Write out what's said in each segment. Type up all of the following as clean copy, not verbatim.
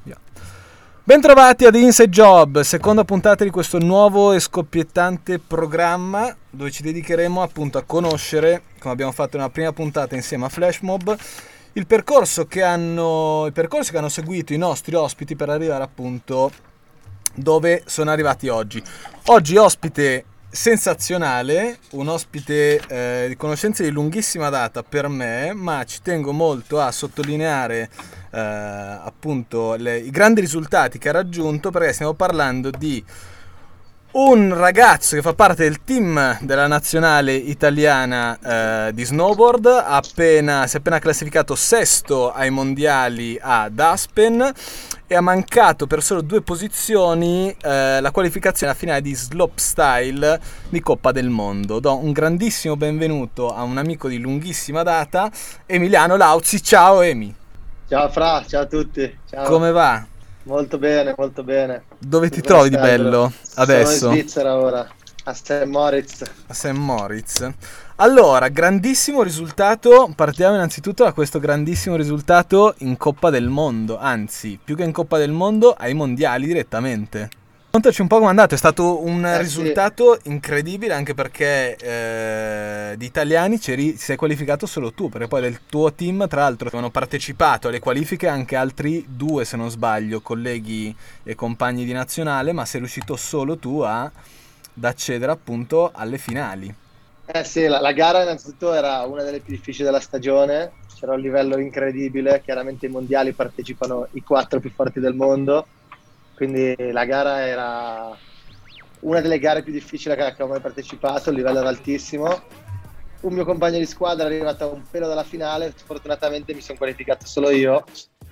Via. Bentrovati ad Inside Job, seconda puntata di questo nuovo e scoppiettante programma dove ci dedicheremo appunto a conoscere, come abbiamo fatto nella prima puntata insieme a Flashmob, i percorsi che hanno seguito i nostri ospiti per arrivare appunto dove sono arrivati oggi. Oggi ospite sensazionale, un ospite di conoscenze di lunghissima data per me, ma ci tengo molto a sottolineare appunto i grandi risultati che ha raggiunto, perché stiamo parlando di un ragazzo che fa parte del team della nazionale italiana di snowboard, si è appena classificato sesto ai mondiali ad Aspen e ha mancato per solo 2 posizioni la qualificazione alla finale di slopestyle di Coppa del Mondo. Do un grandissimo benvenuto a un amico di lunghissima data, Emiliano Lauzi. Ciao Emi. Ciao Fra, ciao a tutti. Ciao. Come va? Molto bene, molto bene. Dove ti trovi di bello adesso? Sono in Svizzera ora, a St. Moritz. A St. Moritz. Allora, grandissimo risultato. Partiamo innanzitutto da questo grandissimo risultato in Coppa del Mondo. Anzi, più che in Coppa del Mondo, ai mondiali direttamente. Raccontaci un po' com'è andato. È stato un risultato incredibile, anche perché di italiani ti sei qualificato solo tu, perché poi del tuo team tra l'altro hanno partecipato alle qualifiche anche altri 2, se non sbaglio, colleghi e compagni di nazionale, ma sei riuscito solo tu ad accedere appunto alle finali. Sì, la gara innanzitutto era una delle più difficili della stagione, c'era un livello incredibile, chiaramente ai mondiali partecipano i 4 più forti del mondo, quindi la gara era una delle gare più difficili che ho mai partecipato, il livello era altissimo. Un mio compagno di squadra è arrivato a un pelo dalla finale, fortunatamente mi sono qualificato solo io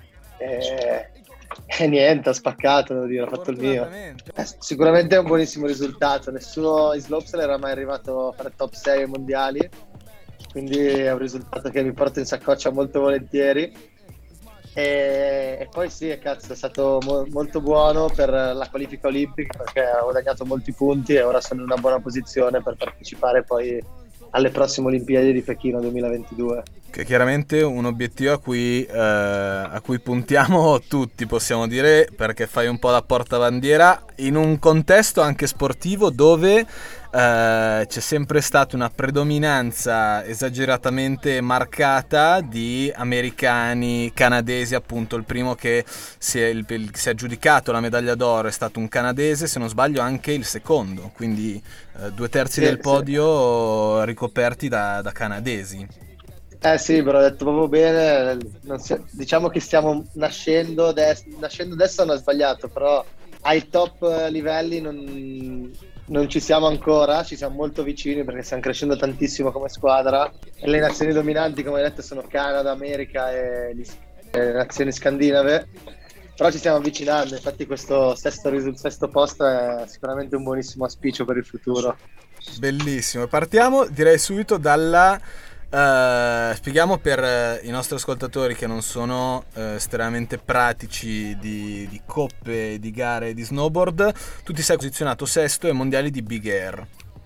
e niente, ho spaccato, devo dire, ho fatto il mio. Sicuramente è un buonissimo risultato, nessuno in slopestyle era mai arrivato a fare top 6 ai mondiali, quindi è un risultato che mi porto in saccoccia molto volentieri. E poi sì, cazzo, è stato molto buono per la qualifica olimpica, perché ho guadagnato molti punti e ora sono in una buona posizione per partecipare poi alle prossime Olimpiadi di Pechino 2022. Che è chiaramente un obiettivo a cui puntiamo tutti, possiamo dire, perché fai un po' da portabandiera in un contesto anche sportivo dove c'è sempre stata una predominanza esageratamente marcata di americani, canadesi, appunto il primo che si è aggiudicato la medaglia d'oro è stato un canadese, se non sbaglio anche il secondo, quindi 2/3 del podio ricoperti da canadesi. Sì, però ho detto proprio bene, diciamo che stiamo nascendo adesso, non è sbagliato, però ai top livelli non ci siamo ancora, ci siamo molto vicini perché stiamo crescendo tantissimo come squadra e le nazioni dominanti, come hai detto, sono Canada, America e le nazioni scandinave, però ci stiamo avvicinando, infatti questo sesto posto è sicuramente un buonissimo auspicio per il futuro. Bellissimo, partiamo direi subito spieghiamo per i nostri ascoltatori che non sono estremamente pratici di coppe, di gare di snowboard. Tu ti sei posizionato sesto ai mondiali di Big Air.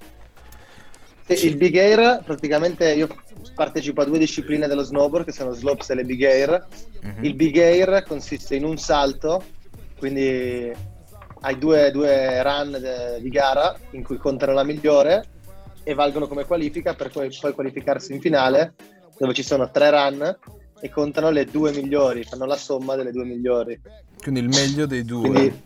Sì, il Big Air, praticamente io partecipo a 2 discipline dello snowboard che sono slopestyle e Big Air. Il Big Air consiste in un salto, quindi hai due run di gara in cui contano la migliore e valgono come qualifica per poi qualificarsi in finale, dove ci sono 3 run e contano le 2 migliori, fanno la somma delle 2 migliori. Quindi il meglio dei 2. Quindi,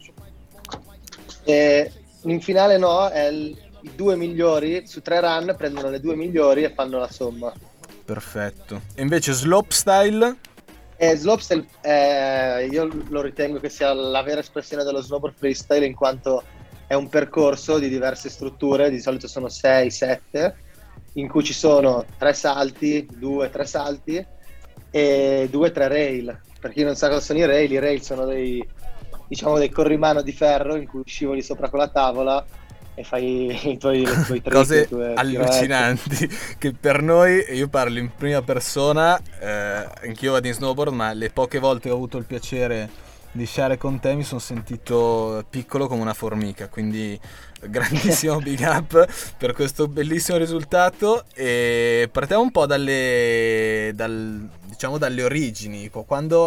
in finale no, i 2 migliori su 3 run prendono le 2 migliori e fanno la somma. Perfetto. E invece slopestyle? Slopestyle io lo ritengo che sia la vera espressione dello snowboard freestyle, in quanto è un percorso di diverse strutture, di solito sono 6-7, in cui ci sono 3 salti, 2-3 salti e 2-3 rail. Per chi non sa cosa sono i rail sono dei corrimano di ferro in cui scivoli sopra con la tavola e fai i tuoi trick, cose allucinanti che per noi, io parlo in prima persona, anch'io vado in snowboard, ma le poche volte che ho avuto il piacere di sciare con te mi sono sentito piccolo come una formica, quindi grandissimo big up per questo bellissimo risultato. E partiamo un po' dalle origini. Quando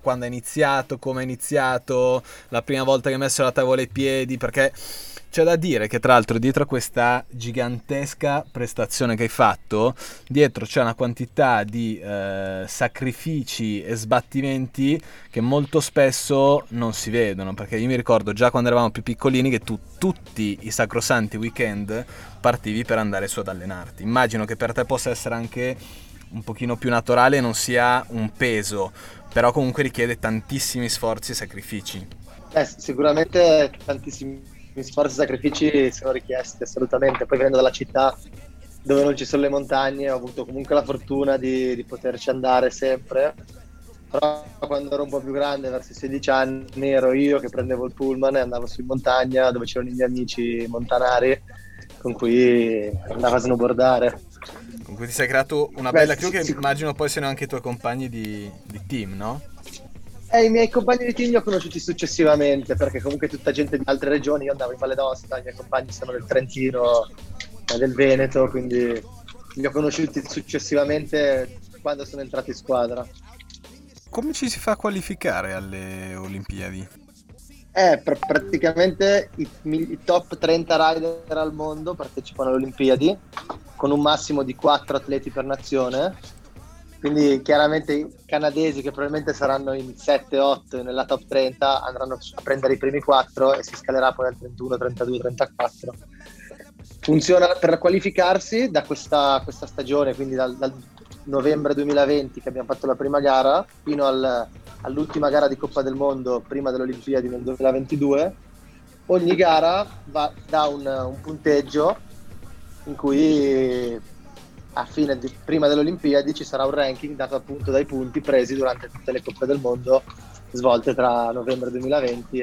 quando è iniziato, come è iniziato, la prima volta che hai messo la tavola ai piedi, perché c'è da dire che tra l'altro dietro a questa gigantesca prestazione che hai fatto, dietro c'è una quantità di sacrifici e sbattimenti che molto spesso non si vedono, perché io mi ricordo già quando eravamo più piccolini che tu tutti i sacrosanti weekend partivi per andare su ad allenarti. Immagino che per te possa essere anche un pochino più naturale e non sia un peso, però comunque richiede tantissimi sforzi e sacrifici. Sicuramente tantissimi sforzi e sacrifici sono richiesti, assolutamente. Poi venendo dalla città dove non ci sono le montagne, ho avuto comunque la fortuna di poterci andare sempre. Però quando ero un po' più grande, verso i 16 anni, ero io che prendevo il pullman e andavo su in montagna dove c'erano i miei amici montanari con cui andavo a snowboardare. Con cui ti sei creato una bella crew che immagino poi siano anche i tuoi compagni di team, no? I miei compagni di team li ho conosciuti successivamente, perché comunque tutta gente di altre regioni, io andavo in Valle d'Aosta, i miei compagni sono del Trentino, del Veneto, quindi li ho conosciuti successivamente quando sono entrato in squadra. Come ci si fa a qualificare alle Olimpiadi? Praticamente i top 30 rider al mondo partecipano alle Olimpiadi, con un massimo di 4 atleti per nazione. Quindi chiaramente i canadesi, che probabilmente saranno in 7-8 nella top 30, andranno a prendere i primi 4 e si scalerà poi al 31, 32, 34. Funziona per qualificarsi da questa stagione, quindi dal novembre 2020 che abbiamo fatto la prima gara fino all'ultima gara di Coppa del Mondo prima delle Olimpiadi nel 2022. Ogni gara dà un punteggio in cui prima delle Olimpiadi ci sarà un ranking dato appunto dai punti presi durante tutte le Coppe del Mondo svolte tra novembre 2020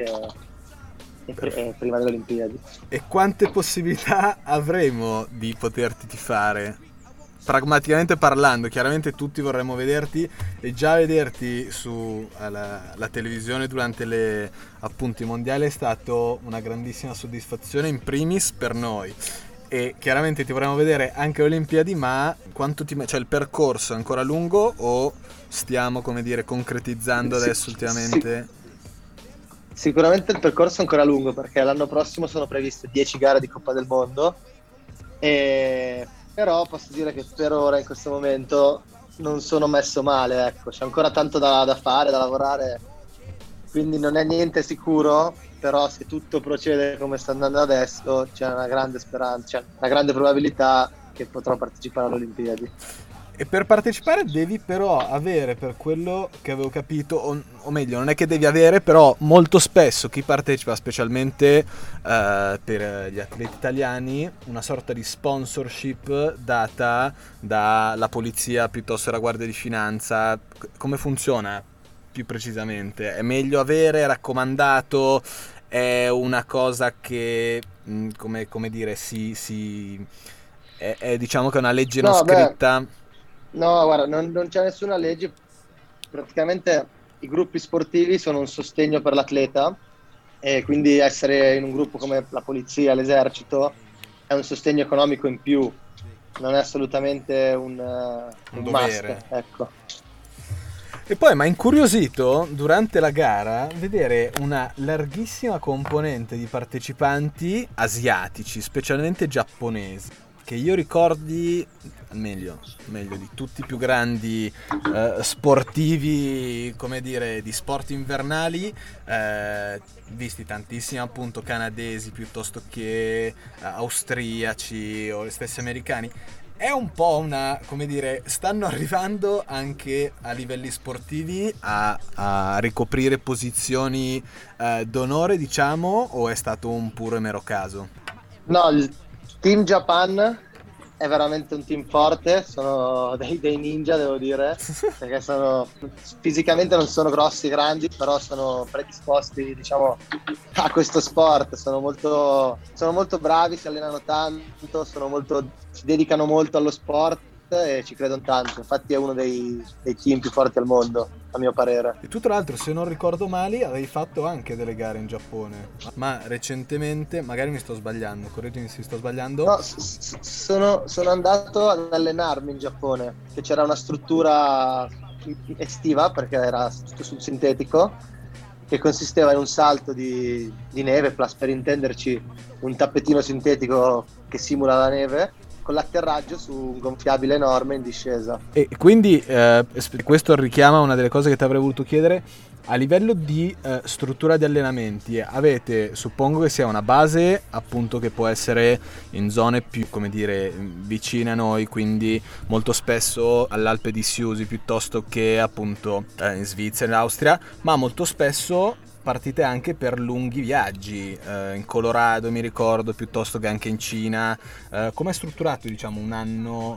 e prima delle Olimpiadi. E quante possibilità avremo di poterti tifare? Pragmaticamente parlando, chiaramente tutti vorremmo vederti, e già vederti su la televisione durante appunto i mondiali è stato una grandissima soddisfazione, in primis per noi. E chiaramente ti vorremmo vedere anche alle Olimpiadi, ma cioè il percorso è ancora lungo o stiamo, come dire, concretizzando adesso ultimamente? Sicuramente il percorso è ancora lungo, perché l'anno prossimo sono previste 10 gare di Coppa del Mondo, però posso dire che per ora, in questo momento, non sono messo male, ecco. C'è ancora tanto da fare, da lavorare, quindi non è niente sicuro, però se tutto procede come sta andando adesso c'è una grande speranza, c'è una grande probabilità che potrò partecipare alle Olimpiadi. E per partecipare devi però avere, per quello che avevo capito, o meglio, non è che devi avere, però molto spesso chi partecipa, specialmente per gli atleti italiani, una sorta di sponsorship data dalla polizia piuttosto che la Guardia di Finanza. Come funziona più precisamente? È meglio avere, è raccomandato, è una cosa che, come dire, è diciamo che è una legge non scritta? No, guarda, non c'è nessuna legge. Praticamente i gruppi sportivi sono un sostegno per l'atleta, e quindi essere in un gruppo come la polizia, l'esercito, è un sostegno economico in più, non è assolutamente un dovere. Must, ecco. E poi mi ha incuriosito durante la gara vedere una larghissima componente di partecipanti asiatici, specialmente giapponesi, che io ricordi meglio di tutti i più grandi sportivi, come dire, di sport invernali, visti tantissimi appunto canadesi piuttosto che austriaci o gli stessi americani. È un po' come dire, stanno arrivando anche a livelli sportivi a ricoprire posizioni d'onore, diciamo, o è stato un puro e mero caso? No, il Team Japan è veramente un team forte, sono dei ninja, devo dire, perché fisicamente non sono grandi, però sono predisposti, diciamo, a questo sport, sono molto bravi, si allenano tanto, si dedicano molto allo sport e ci credono tanto. Infatti è uno dei team più forti al mondo, a mio parere. E tu, tra l'altro, se non ricordo male, avevi fatto anche delle gare in Giappone, ma recentemente, magari mi sto sbagliando, correggimi se sto sbagliando. No, sono andato ad allenarmi in Giappone, che c'era una struttura estiva, perché era sul sintetico, che consisteva in un salto di neve, plus per intenderci un tappetino sintetico che simula la neve, con l'atterraggio su un gonfiabile enorme in discesa. E quindi questo richiama una delle cose che ti avrei voluto chiedere. A livello di struttura di allenamenti, avete, suppongo che sia una base appunto che può essere in zone più, come dire, vicine a noi, quindi molto spesso all'Alpe di Siusi piuttosto che appunto in Svizzera, in Austria, ma molto spesso partite anche per lunghi viaggi, in Colorado mi ricordo, piuttosto che anche in Cina. Come è strutturato, diciamo, un anno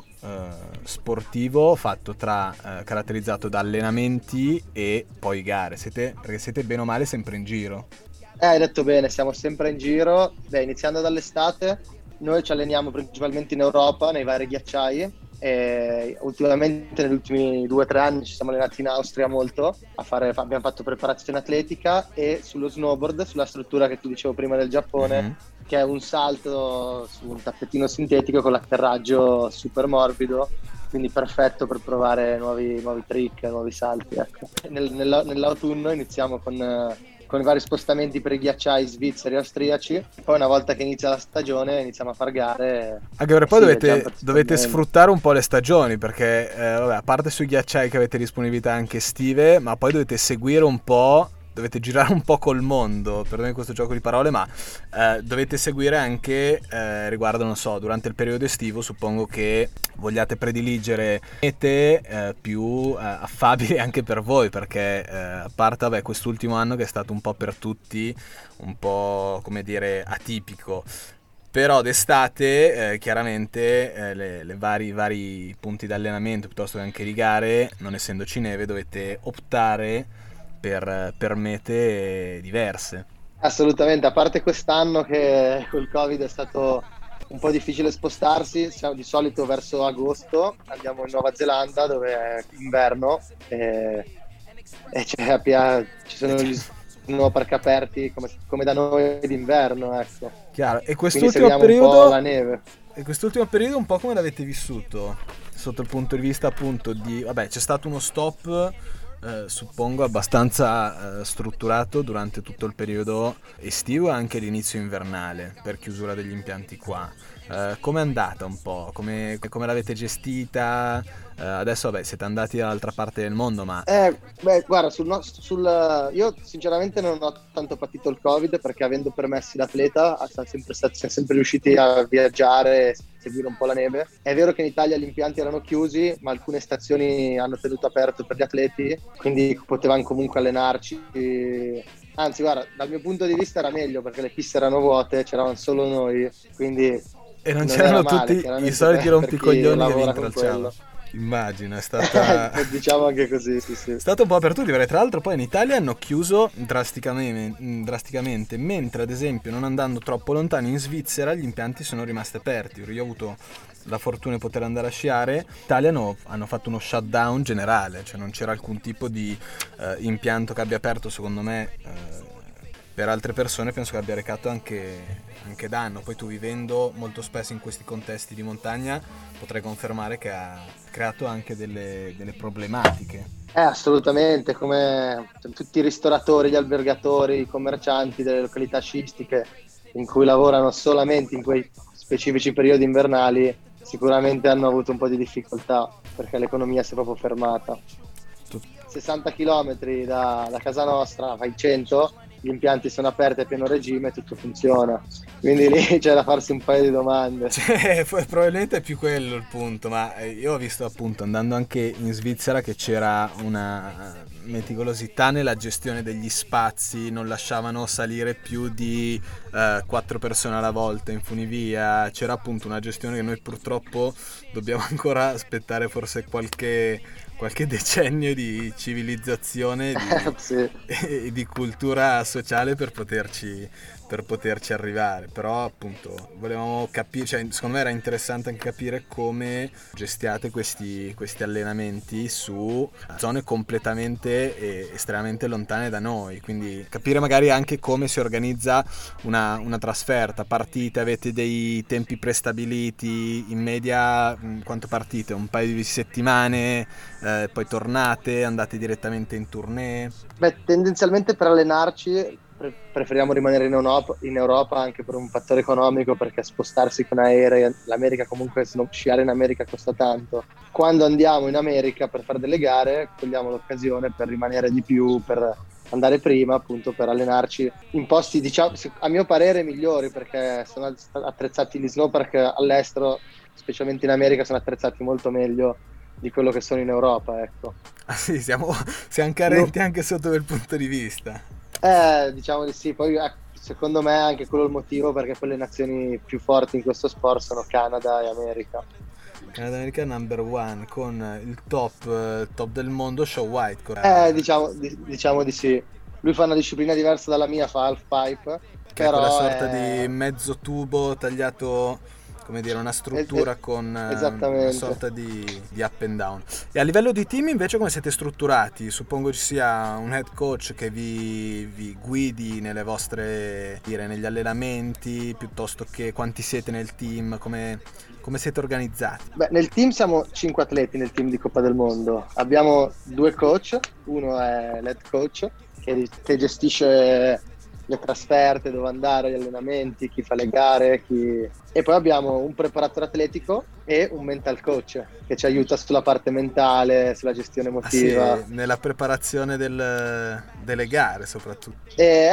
sportivo fatto caratterizzato da allenamenti e poi gare? Perché siete bene o male sempre in giro. Hai detto bene, siamo sempre in giro. Beh, iniziando dall'estate, noi ci alleniamo principalmente in Europa, nei vari ghiacciai, e ultimamente negli ultimi 2 o 3 anni ci siamo allenati in Austria molto, abbiamo fatto preparazione atletica e sullo snowboard, sulla struttura che tu dicevo prima del Giappone, che è un salto su un tappetino sintetico con l'atterraggio super morbido, quindi perfetto per provare nuovi trick, nuovi salti, ecco. Nell'autunno iniziamo con i vari spostamenti per i ghiacciai svizzeri e austriaci. Poi una volta che inizia la stagione iniziamo a far gare. Anche perché poi dovete sfruttare un po' le stagioni, perché vabbè, a parte sui ghiacciai che avete disponibilità anche estive, ma poi dovete seguire un po', dovete girare un po' col mondo, perdonami questo gioco di parole, ma dovete seguire anche riguardo, non so, durante il periodo estivo suppongo che vogliate prediligere mete più affabili anche per voi, perché a parte vabbè, quest'ultimo anno che è stato un po' per tutti un po', come dire, atipico, però d'estate chiaramente le vari punti di allenamento piuttosto che anche di gare, non essendoci neve, dovete optare per mete diverse. Assolutamente, a parte quest'anno che col Covid è stato un po' difficile spostarsi, di solito verso agosto andiamo in Nuova Zelanda dove è inverno e ci sono gli snowpark aperti come da noi d'inverno, ecco. Chiaro. E quest'ultimo periodo, un po' la neve. E quest'ultimo periodo un po' come l'avete vissuto sotto il punto di vista appunto di, vabbè, c'è stato uno stop suppongo abbastanza strutturato durante tutto il periodo estivo e anche l'inizio invernale per chiusura degli impianti qua. Com'è andata un po'? Come l'avete gestita? Adesso vabbè, siete andati dall'altra parte del mondo, ma guarda, io sinceramente non ho tanto patito il Covid, perché avendo permessi d'atleta siamo sempre riusciti a viaggiare, seguire un po' la neve. È vero che in Italia gli impianti erano chiusi, ma alcune stazioni hanno tenuto aperto per gli atleti, quindi potevamo comunque allenarci. Anzi, guarda, dal mio punto di vista era meglio, perché le piste erano vuote, c'eravamo solo noi, quindi e non c'erano tutti i soliti rompicoglioni che vi intralciavano. Immagino, è stata diciamo anche così, sì. È stato un po' per tutti, perché tra l'altro poi in Italia hanno chiuso drasticamente, mentre ad esempio, non andando troppo lontano, in Svizzera gli impianti sono rimasti aperti. Io ho avuto la fortuna di poter andare a sciare. In Italia hanno fatto uno shutdown generale, cioè non c'era alcun tipo di impianto che abbia aperto, secondo me per altre persone penso che abbia recato anche danno. Poi tu, vivendo molto spesso in questi contesti di montagna, potrai confermare che ha creato anche delle problematiche. Assolutamente, come tutti i ristoratori, gli albergatori, i commercianti delle località sciistiche in cui lavorano solamente in quei specifici periodi invernali, sicuramente hanno avuto un po' di difficoltà, perché l'economia si è proprio fermata. 60 km da casa nostra, fai 100, gli impianti sono aperti a pieno regime e tutto funziona, quindi lì c'è da farsi un paio di domande. Probabilmente è più quello il punto, ma io ho visto appunto, andando anche in Svizzera, che c'era una meticolosità nella gestione degli spazi, non lasciavano salire più di 4 persone alla volta in funivia. C'era appunto una gestione che noi purtroppo dobbiamo ancora aspettare forse qualche decennio di civilizzazione sì. e di cultura sociale per poterci per poterci arrivare, però appunto volevamo capire, cioè secondo me era interessante anche capire come gestiate questi allenamenti su zone completamente e estremamente lontane da noi, quindi capire magari anche come si organizza una trasferta, partite, avete dei tempi prestabiliti, in media quanto partite? Un paio di settimane, poi tornate, andate direttamente in tournée? Beh, tendenzialmente per allenarci preferiamo rimanere in Europa anche per un fattore economico, perché spostarsi con aerei, l'America comunque, sciare in America costa tanto. Quando andiamo in America per fare delle gare, cogliamo l'occasione per rimanere di più, per andare prima, appunto, per allenarci in posti, diciamo, a mio parere migliori, perché sono attrezzati gli snowpark all'estero, specialmente in America, sono attrezzati molto meglio di quello che sono in Europa, ecco. Ah sì, siamo carenti anche sotto quel punto di vista. Diciamo di sì, poi secondo me è anche quello il motivo, perché poi le nazioni più forti in questo sport sono Canada e America. Canada e America number one, con il top del mondo, Shaun White. Diciamo di sì. Lui fa una disciplina diversa dalla mia, fa half pipe, Che è quella però sorta di mezzo tubo tagliato, come dire, una struttura con una sorta di up and down. E a livello di team invece come siete strutturati? Suppongo ci sia un head coach che vi guidi nelle vostre, negli allenamenti, piuttosto che quanti siete nel team, come siete organizzati? Beh, nel team siamo 5 atleti, nel team di Coppa del Mondo. Abbiamo 2 coach, uno è l'head coach che gestisce le trasferte, dove andare, gli allenamenti, chi fa le gare, e poi abbiamo un preparatore atletico e un mental coach che ci aiuta sulla parte mentale, sulla gestione emotiva. Ah, sì, nella preparazione delle gare soprattutto.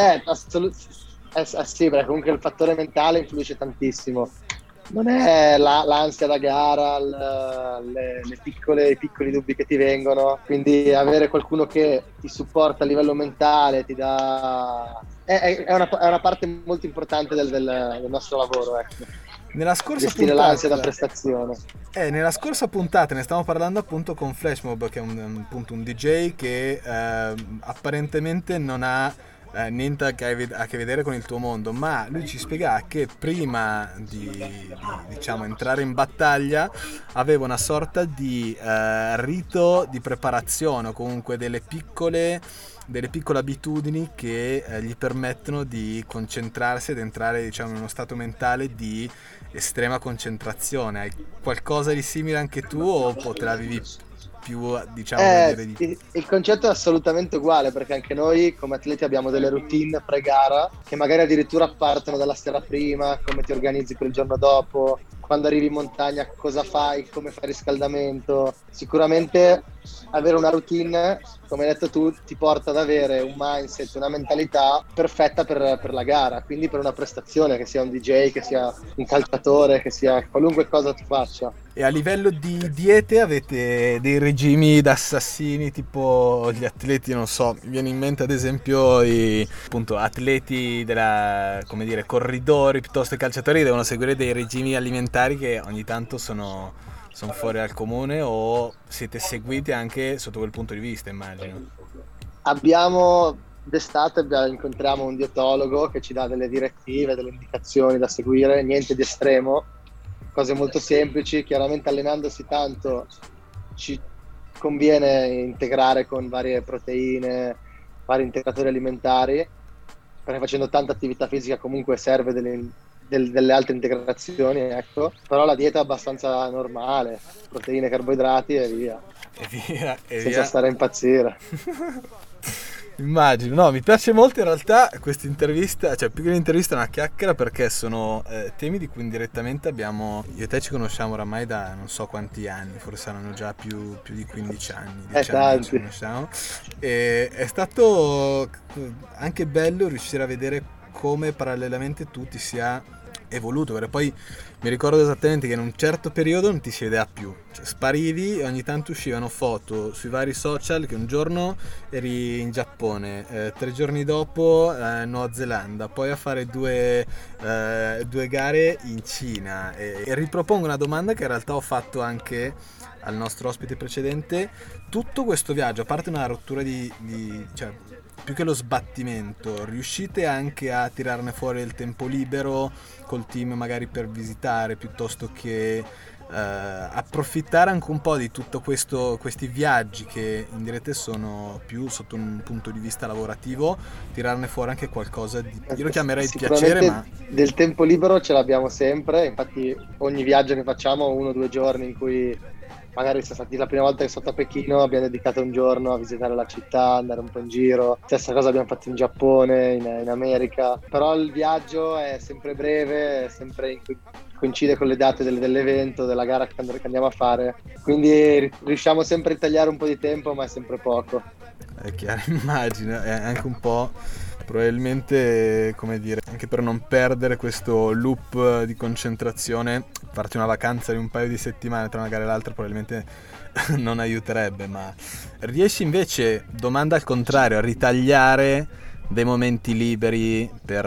Sì, perché comunque il fattore mentale influisce tantissimo. Non è l'ansia da gara, i piccoli dubbi che ti vengono, quindi avere qualcuno che ti supporta a livello mentale, ti dà... è una parte molto importante del nostro lavoro, ecco. Nella scorsa gestire puntata, l'ansia da prestazione. Nella scorsa puntata ne stavamo parlando appunto con Flashmob, che è un DJ che apparentemente non ha niente a che vedere con il tuo mondo, ma lui ci spiega che prima di diciamo entrare in battaglia aveva una sorta di rito di preparazione, o comunque delle piccole abitudini che gli permettono di concentrarsi ed entrare, diciamo, in uno stato mentale di estrema concentrazione. Hai qualcosa di simile anche tu, o te la vivi più, diciamo, il concetto è assolutamente uguale, perché anche noi come atleti abbiamo delle routine pre-gara che magari addirittura partono dalla sera prima, come ti organizzi per il giorno dopo, quando arrivi in montagna cosa fai, come fai riscaldamento. Sicuramente avere una routine, come hai detto tu, ti porta ad avere un mindset, una mentalità perfetta per la gara, quindi per una prestazione, che sia un DJ, che sia un calciatore, che sia qualunque cosa tu faccia. E a livello di diete avete dei regimi da assassini, tipo gli atleti, non so, mi viene in mente ad esempio i appunto atleti come dire, corridori piuttosto che calciatori, che devono seguire dei regimi alimentari che ogni tanto sono fuori dal comune, o siete seguiti anche sotto quel punto di vista, immagino? D'estate incontriamo un dietologo che ci dà delle direttive, delle indicazioni da seguire, niente di estremo, cose molto semplici. Chiaramente allenandosi tanto ci conviene integrare con varie proteine, vari integratori alimentari, perché facendo tanta attività fisica comunque serve delle altre integrazioni, ecco. Però la dieta è abbastanza normale, proteine, carboidrati e via. Senza stare a impazzire. Immagino, no, mi piace molto in realtà questa intervista, cioè più che un'intervista è una chiacchiera, perché sono temi di cui indirettamente io e te ci conosciamo oramai da non so quanti anni, forse saranno già più di 15 anni, 10 anni ci conosciamo, e è stato anche bello riuscire a vedere come parallelamente tu ti sia evoluto, perché poi mi ricordo esattamente che in un certo periodo non ti si vedeva più, cioè sparivi e ogni tanto uscivano foto sui vari social che un giorno eri in Giappone, 3 giorni dopo Nuova Zelanda, poi a fare due gare in Cina, e ripropongo una domanda che in realtà ho fatto anche al nostro ospite precedente, tutto questo viaggio, a parte una rottura cioè, più che lo sbattimento, riuscite anche a tirarne fuori il tempo libero col team magari per visitare, piuttosto che approfittare anche un po' di tutto questi viaggi che in diretta sono più sotto un punto di vista lavorativo, tirarne fuori anche qualcosa di, io lo chiamerei piacere, ma del tempo libero ce l'abbiamo sempre. Infatti ogni viaggio che facciamo 1 o 2 giorni in cui magari siamo stati la prima volta che sono stato a Pechino, abbiamo dedicato un giorno a visitare la città, andare un po' in giro. Stessa cosa abbiamo fatto in Giappone, in America. Però il viaggio è sempre breve, è sempre in cui coincide con le date dell'evento, della gara che andiamo a fare. Quindi riusciamo sempre a ritagliare un po' di tempo, ma è sempre poco. È chiaro, immagino, è anche un po', probabilmente, come dire, anche per non perdere questo loop di concentrazione, farti una vacanza di un paio di settimane tra una gara e l'altra probabilmente non aiuterebbe, ma riesci invece, domanda al contrario, a ritagliare dei momenti liberi per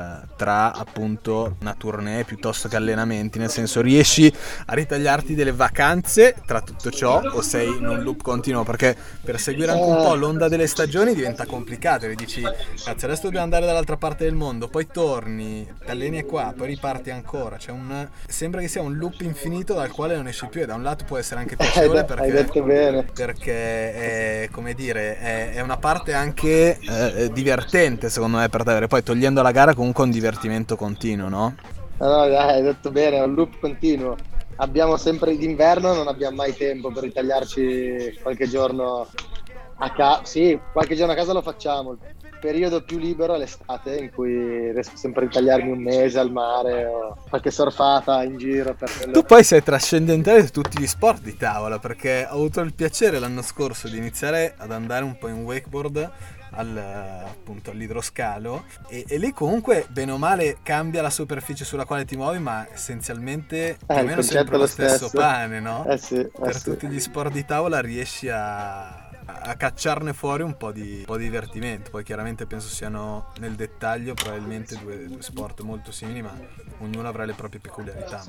tra appunto una tournée piuttosto che allenamenti, nel senso, riesci a ritagliarti delle vacanze tra tutto ciò o sei in un loop continuo? Perché per seguire anche un po' l'onda delle stagioni diventa complicato, e dici cazzo adesso dobbiamo andare dall'altra parte del mondo, poi torni, ti alleni qua, poi riparti ancora, sembra che sia un loop infinito dal quale non esci più, e da un lato può essere anche piacevole Hai detto bene. perché è, come dire, è una parte anche divertente secondo me per te, poi togliendo la gara comunque un divertimento continuo, no? No, hai detto bene, è un loop continuo. Abbiamo sempre d'inverno, non abbiamo mai tempo per ritagliarci qualche giorno a casa. Sì, qualche giorno a casa lo facciamo. Il periodo più libero è l'estate, in cui riesco sempre a ritagliarmi un mese al mare o qualche surfata in giro. Tu poi sei trascendentale su tutti gli sport di tavola, perché ho avuto il piacere l'anno scorso di iniziare ad andare un po' in wakeboard appunto all'idroscalo, e lì comunque bene o male cambia la superficie sulla quale ti muovi, ma essenzialmente più o meno sempre lo stesso pane, no? Per tutti gli sport di tavola riesci a cacciarne fuori un po' di divertimento. Poi chiaramente penso siano nel dettaglio probabilmente due sport molto simili, ma ognuno avrà le proprie peculiarità,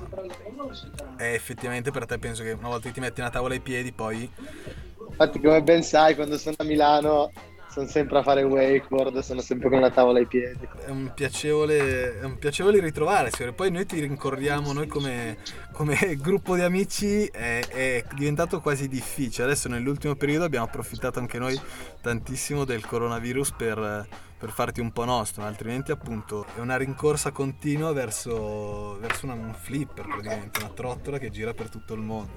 ma effettivamente per te penso che una volta che ti metti una tavola ai piedi poi... Infatti, come ben sai, quando sono a Milano sono sempre a fare wakeboard, sono sempre con la tavola ai piedi. È un piacevole ritrovare, poi noi ti rincorriamo, noi come gruppo di amici è diventato quasi difficile. Adesso nell'ultimo periodo abbiamo approfittato anche noi tantissimo del coronavirus per farti un po' nostro, ma altrimenti appunto è una rincorsa continua verso un flipper, praticamente una trottola che gira per tutto il mondo.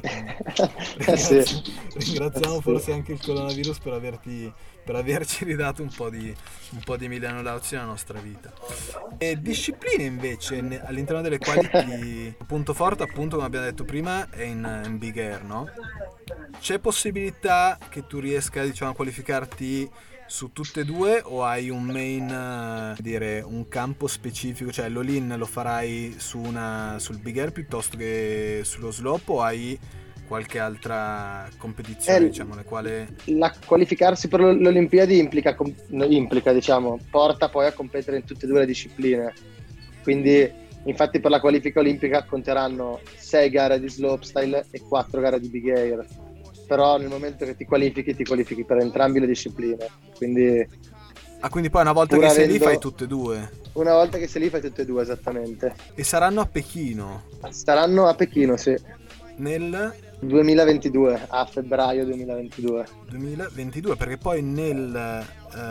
Ringraziamo forse anche il coronavirus per averci ridato un po' di Emiliano Lauzi nella nostra vita. E discipline invece all'interno delle quali il punto forte, appunto come abbiamo detto prima, è in Big Air, no? C'è possibilità che tu riesca, diciamo, a qualificarti su tutte e due, o hai un main, un campo specifico, cioè l'all-in lo farai sul Big Air piuttosto che sullo slope, o hai qualche altra competizione, diciamo, nelle quale... Qualificarsi per le Olimpiadi implica, diciamo, porta poi a competere in tutte e due le discipline. Quindi, infatti, per la qualifica olimpica conteranno 6 gare di slopestyle e 4 gare di Big Air. Però nel momento che ti qualifichi per entrambe le discipline. Quindi poi una volta che sei lì fai tutte e due? Una volta che sei lì fai tutte e due, esattamente. E saranno a Pechino? Saranno a Pechino, sì. Nel 2022, a febbraio 2022, perché poi nel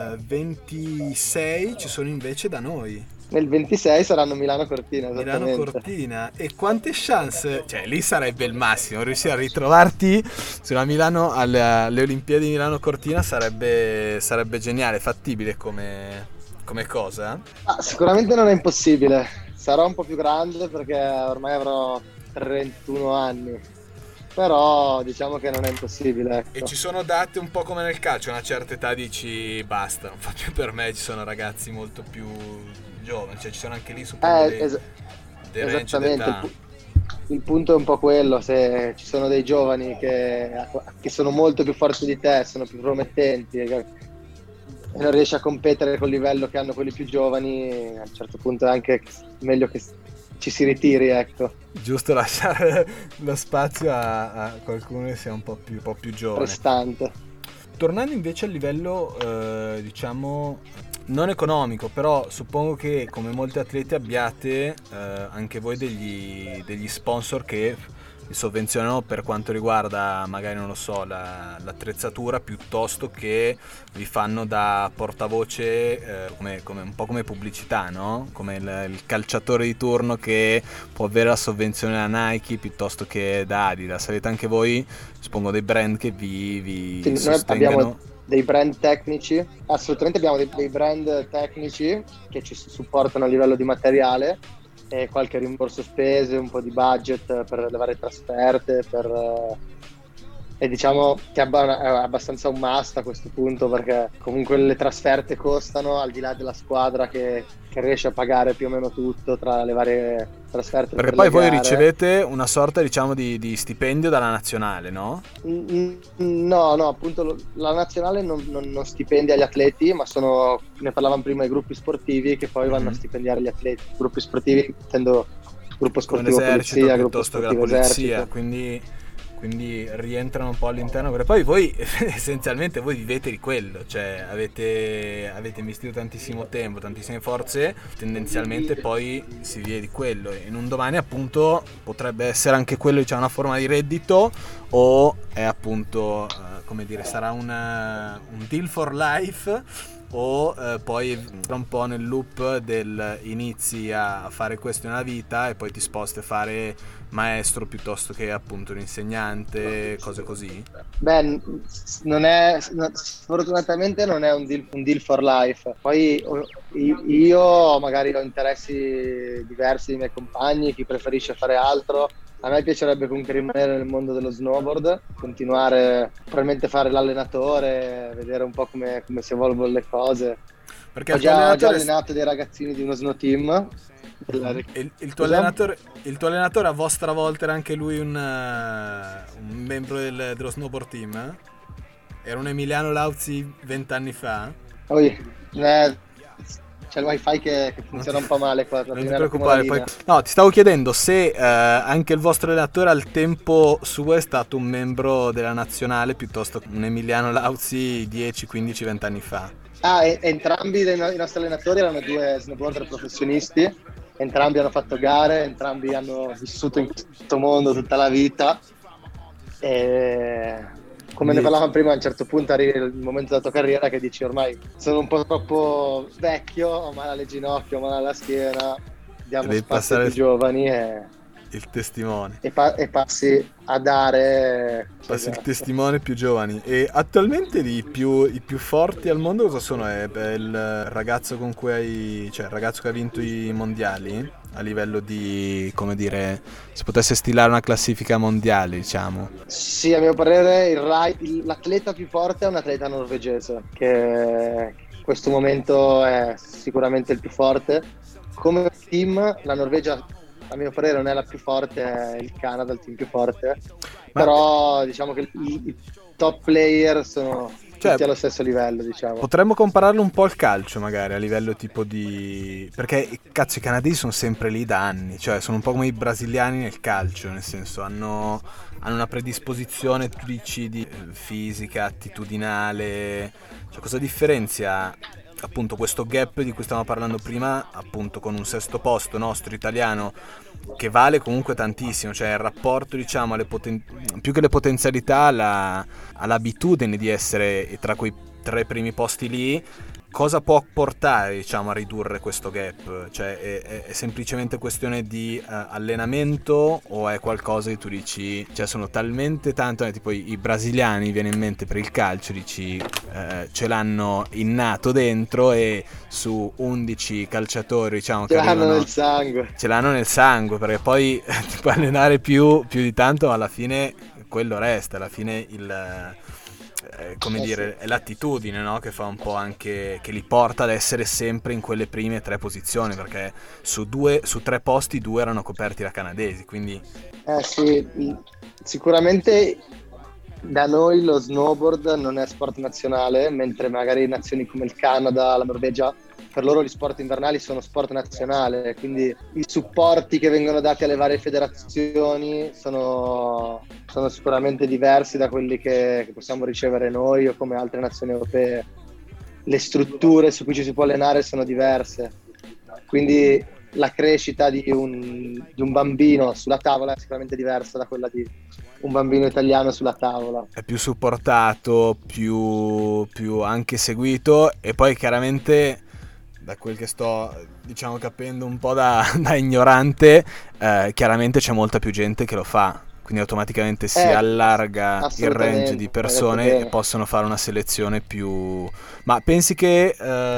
26 ci sono invece da noi. Nel 26 saranno Milano Cortina, esattamente. Milano Cortina. E quante chance, cioè lì sarebbe il massimo, riuscire a ritrovarti sulla Milano alle Olimpiadi di Milano Cortina sarebbe geniale, fattibile come cosa? Sicuramente non è impossibile, sarò un po' più grande perché ormai avrò 31 anni. Però diciamo che non è impossibile, ecco. E ci sono date un po' come nel calcio, a una certa età dici basta, non fa più per me, ci sono ragazzi molto più giovani, cioè ci sono anche lì dei range d'età. Il punto è un po' quello, se ci sono dei giovani che sono molto più forti di te, sono più promettenti e non riesci a competere col livello che hanno quelli più giovani, a un certo punto è anche meglio che ci si ritiri, ecco. Giusto lasciare lo spazio a qualcuno che sia un po' più giovane. Prestante. Tornando invece al livello, diciamo, non economico, però suppongo che come molti atleti abbiate anche voi degli sponsor che vi sovvenzionano per quanto riguarda magari, non lo so, l'attrezzatura, piuttosto che vi fanno da portavoce, come un po' come pubblicità, no? Come il calciatore di turno che può avere la sovvenzione da Nike piuttosto che da Adidas. Avete anche voi, suppongo, dei brand che vi Sì, noi sostengano? abbiamo dei brand tecnici, assolutamente abbiamo dei brand tecnici che ci supportano a livello di materiale e qualche rimborso spese, un po' di budget per le varie trasferte, e diciamo che è abbastanza un must a questo punto, perché comunque le trasferte costano, al di là della squadra che riesce a pagare più o meno tutto tra le varie trasferte. Perché per poi le voi gare. ricevete una sorta, diciamo, di stipendio dalla nazionale, no? No, appunto la nazionale non stipendia gli atleti, ma ne parlavamo prima, i gruppi sportivi che poi vanno a stipendiare gli atleti. Gruppi sportivi, intendo gruppo Come sportivo l'esercito polizia, gruppo piuttosto che la sportivo polizia, esercito. quindi rientrano un po' all'interno, perché poi voi essenzialmente voi vivete di quello, cioè avete investito tantissimo tempo, tantissime forze, tendenzialmente poi si vive di quello, e in un domani appunto potrebbe essere anche quello, diciamo, una forma di reddito, o è appunto, come dire, sarà un deal for life, o poi un po' nel loop del inizi a fare questo nella vita e poi ti sposti a fare maestro piuttosto che appunto un insegnante, cose così? Beh, sfortunatamente non è un deal for life. Poi io magari ho interessi diversi dei miei compagni, chi preferisce fare altro. A me piacerebbe comunque rimanere nel mondo dello snowboard, continuare, probabilmente fare l'allenatore, vedere un po' come si evolvono le cose. Perché Ho già allenato dei ragazzini di uno snow team. Il tuo allenatore a vostra volta era anche lui un membro dello snowboard team? Era un Emiliano Lauzi 20 anni fa? C'è il wifi che funziona un po' male qua. Non ti preoccupare, poi... No, ti stavo chiedendo se anche il vostro allenatore al tempo suo è stato un membro della nazionale piuttosto che un Emiliano Lauzi 10, 15, 20 anni fa. Entrambi i nostri allenatori erano due snowboarder professionisti, entrambi hanno fatto gare, entrambi hanno vissuto in questo mondo tutta la vita, e come ne parlavamo prima, a un certo punto arrivi il momento della tua carriera che dici ormai sono un po' troppo vecchio, ho male alle ginocchia, ho male alla schiena, diamo spazio ai più giovani il testimone e passi a dare il testimone più giovani. E attualmente i più forti al mondo cosa sono? È il ragazzo con cui il ragazzo che ha vinto i mondiali a livello di, come dire, se potesse stilare una classifica mondiale, diciamo. Sì, a mio parere l'atleta più forte è un atleta norvegese, che in questo momento è sicuramente il più forte. Come team la Norvegia, a mio parere, non è la più forte, è il Canada il team più forte, però diciamo che i top player sono tutti allo stesso livello, diciamo. Potremmo compararlo un po' al calcio, magari, a livello tipo di... Perché cazzo, i canadesi sono sempre lì da anni, cioè sono un po' come i brasiliani nel calcio, nel senso hanno una predisposizione, tu dici, di fisica, attitudinale, cioè cosa differenzia appunto questo gap di cui stavamo parlando prima, appunto con un sesto posto nostro italiano che vale comunque tantissimo, cioè il rapporto, diciamo, più che le potenzialità all'abitudine di essere tra quei 3 primi posti lì. Cosa può portare, diciamo, a ridurre questo gap? Cioè è semplicemente questione di allenamento, o è qualcosa che tu dici, cioè sono talmente tanto, tipo i brasiliani viene in mente per il calcio, dici ce l'hanno innato dentro, e su 11 calciatori, diciamo, che arrivano, ce l'hanno nel sangue, perché poi ti puoi allenare più di tanto, ma alla fine quello resta, alla fine come dire, è l'attitudine, no? Che fa un po' anche, che li porta ad essere sempre in quelle prime 3 posizioni, perché su 3 posti 2 erano coperti da canadesi, quindi sì, sicuramente Da noi lo snowboard non è sport nazionale, mentre magari nazioni come il Canada, la Norvegia, per loro gli sport invernali sono sport nazionale, quindi i supporti che vengono dati alle varie federazioni sono sicuramente diversi da quelli che possiamo ricevere noi o come altre nazioni europee. Le strutture su cui ci si può allenare sono diverse, quindi la crescita di un bambino sulla tavola è sicuramente diversa da quella di un bambino italiano sulla tavola. È più supportato, più anche seguito, e poi chiaramente, da quel che sto diciamo capendo un po' da ignorante, chiaramente c'è molta più gente che lo fa, quindi automaticamente si allarga il range di persone e possono fare una selezione più... Ma pensi che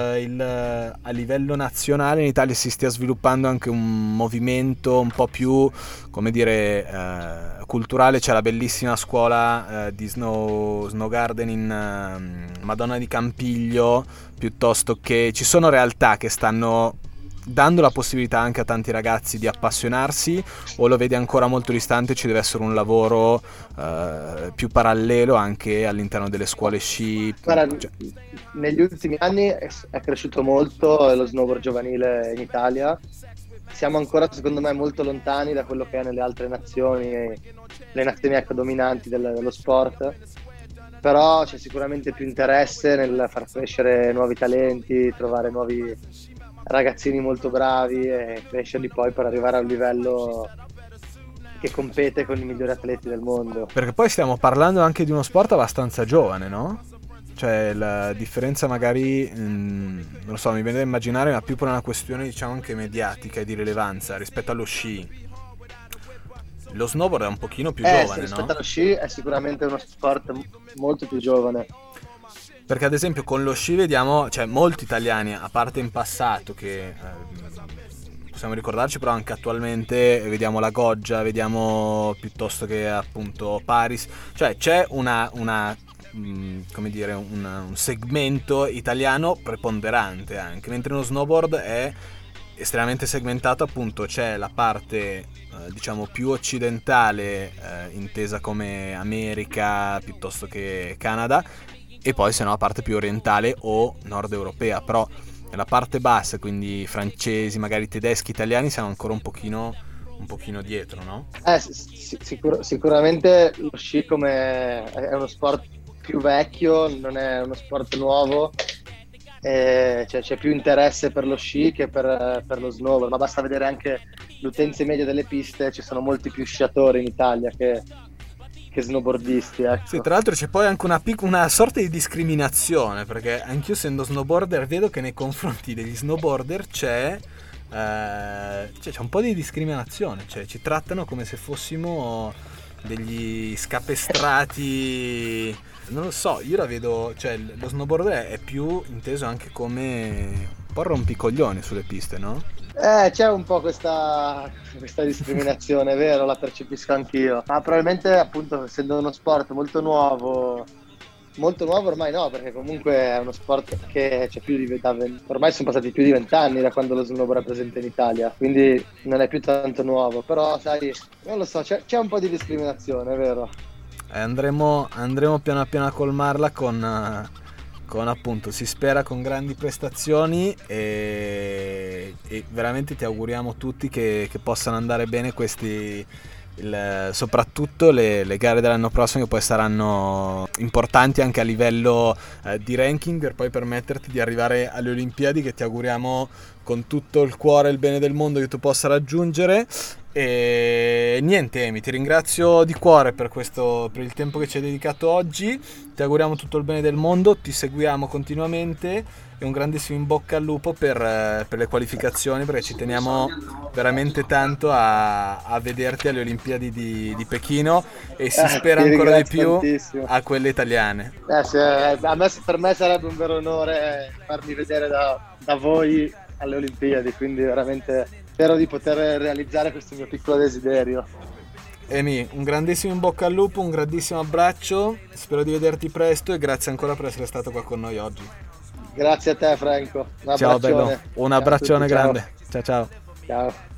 a livello nazionale in Italia si stia sviluppando anche un movimento un po' più, come dire, culturale? C'è la bellissima scuola di Snow Garden in Madonna di Campiglio, piuttosto che ci sono realtà che stanno dando la possibilità anche a tanti ragazzi di appassionarsi, o lo vedi ancora molto distante? Ci deve essere un lavoro più parallelo anche all'interno delle scuole sci? Guarda, negli ultimi anni è cresciuto molto lo snowboard giovanile in Italia. Siamo ancora, secondo me, molto lontani da quello che è nelle altre nazioni, le nazioni dominanti dello sport, però c'è sicuramente più interesse nel far crescere nuovi talenti, trovare nuovi ragazzini molto bravi e crescerli poi per arrivare a un livello che compete con i migliori atleti del mondo. Perché poi stiamo parlando anche di uno sport abbastanza giovane, no? Cioè la differenza magari, non lo so, mi viene da immaginare, ma più per una questione diciamo anche mediatica e di rilevanza rispetto allo sci. Lo snowboard è un pochino più giovane, rispetto no? allo sci è sicuramente uno sport molto più giovane. Perché ad esempio con lo sci vediamo, cioè molti italiani, a parte in passato che possiamo ricordarci, però anche attualmente vediamo la Goggia, vediamo piuttosto che appunto Paris, cioè c'è come dire, un segmento italiano preponderante anche, mentre lo snowboard è estremamente segmentato. Appunto c'è la parte diciamo più occidentale, intesa come America piuttosto che Canada, e poi se no la parte più orientale o nord europea, però nella parte bassa, quindi francesi, magari tedeschi, italiani, siamo ancora un pochino dietro, no? Sicuramente lo sci è uno sport più vecchio, non è uno sport nuovo, cioè c'è più interesse per lo sci che per lo snowboard, ma basta vedere anche l'utenza media delle piste, ci sono molti più sciatori in Italia che snowboardisti, ecco. Sì, tra l'altro c'è poi anche una sorta di discriminazione, perché anch'io essendo snowboarder vedo che nei confronti degli snowboarder c'è un po' di discriminazione, cioè ci trattano come se fossimo degli scapestrati, non lo so, io la vedo, cioè lo snowboarder è più inteso anche come un po' rompicoglioni sulle piste, no? C'è un po' questa discriminazione, è vero, la percepisco anch'io, ma probabilmente appunto essendo uno sport molto nuovo ormai no, perché comunque è uno sport che c'è più ormai sono passati più di 20 anni da quando lo snowboard è presente in Italia, quindi non è più tanto nuovo, però sai, non lo so, c'è un po' di discriminazione, è vero. Andremo piano piano a colmarla con appunto, si spera, con grandi prestazioni, e veramente ti auguriamo tutti che possano andare bene soprattutto le gare dell'anno prossimo, che poi saranno importanti anche a livello di ranking, per poi permetterti di arrivare alle Olimpiadi, che ti auguriamo con tutto il cuore e il bene del mondo che tu possa raggiungere. E niente, Emi, ti ringrazio di cuore per il tempo che ci hai dedicato oggi, ti auguriamo tutto il bene del mondo, ti seguiamo continuamente e un grandissimo in bocca al lupo per le qualificazioni, perché ci teniamo veramente tanto a vederti alle Olimpiadi di Pechino, e si spera ancora di più tantissimo a quelle italiane. Per me sarebbe un vero onore farmi vedere da voi alle Olimpiadi, quindi veramente spero di poter realizzare questo mio piccolo desiderio. Emi, un grandissimo in bocca al lupo, un grandissimo abbraccio, spero di vederti presto e grazie ancora per essere stato qua con noi oggi. Grazie a te, Franco. Ciao bello, un abbraccione grande. Ciao ciao. Ciao.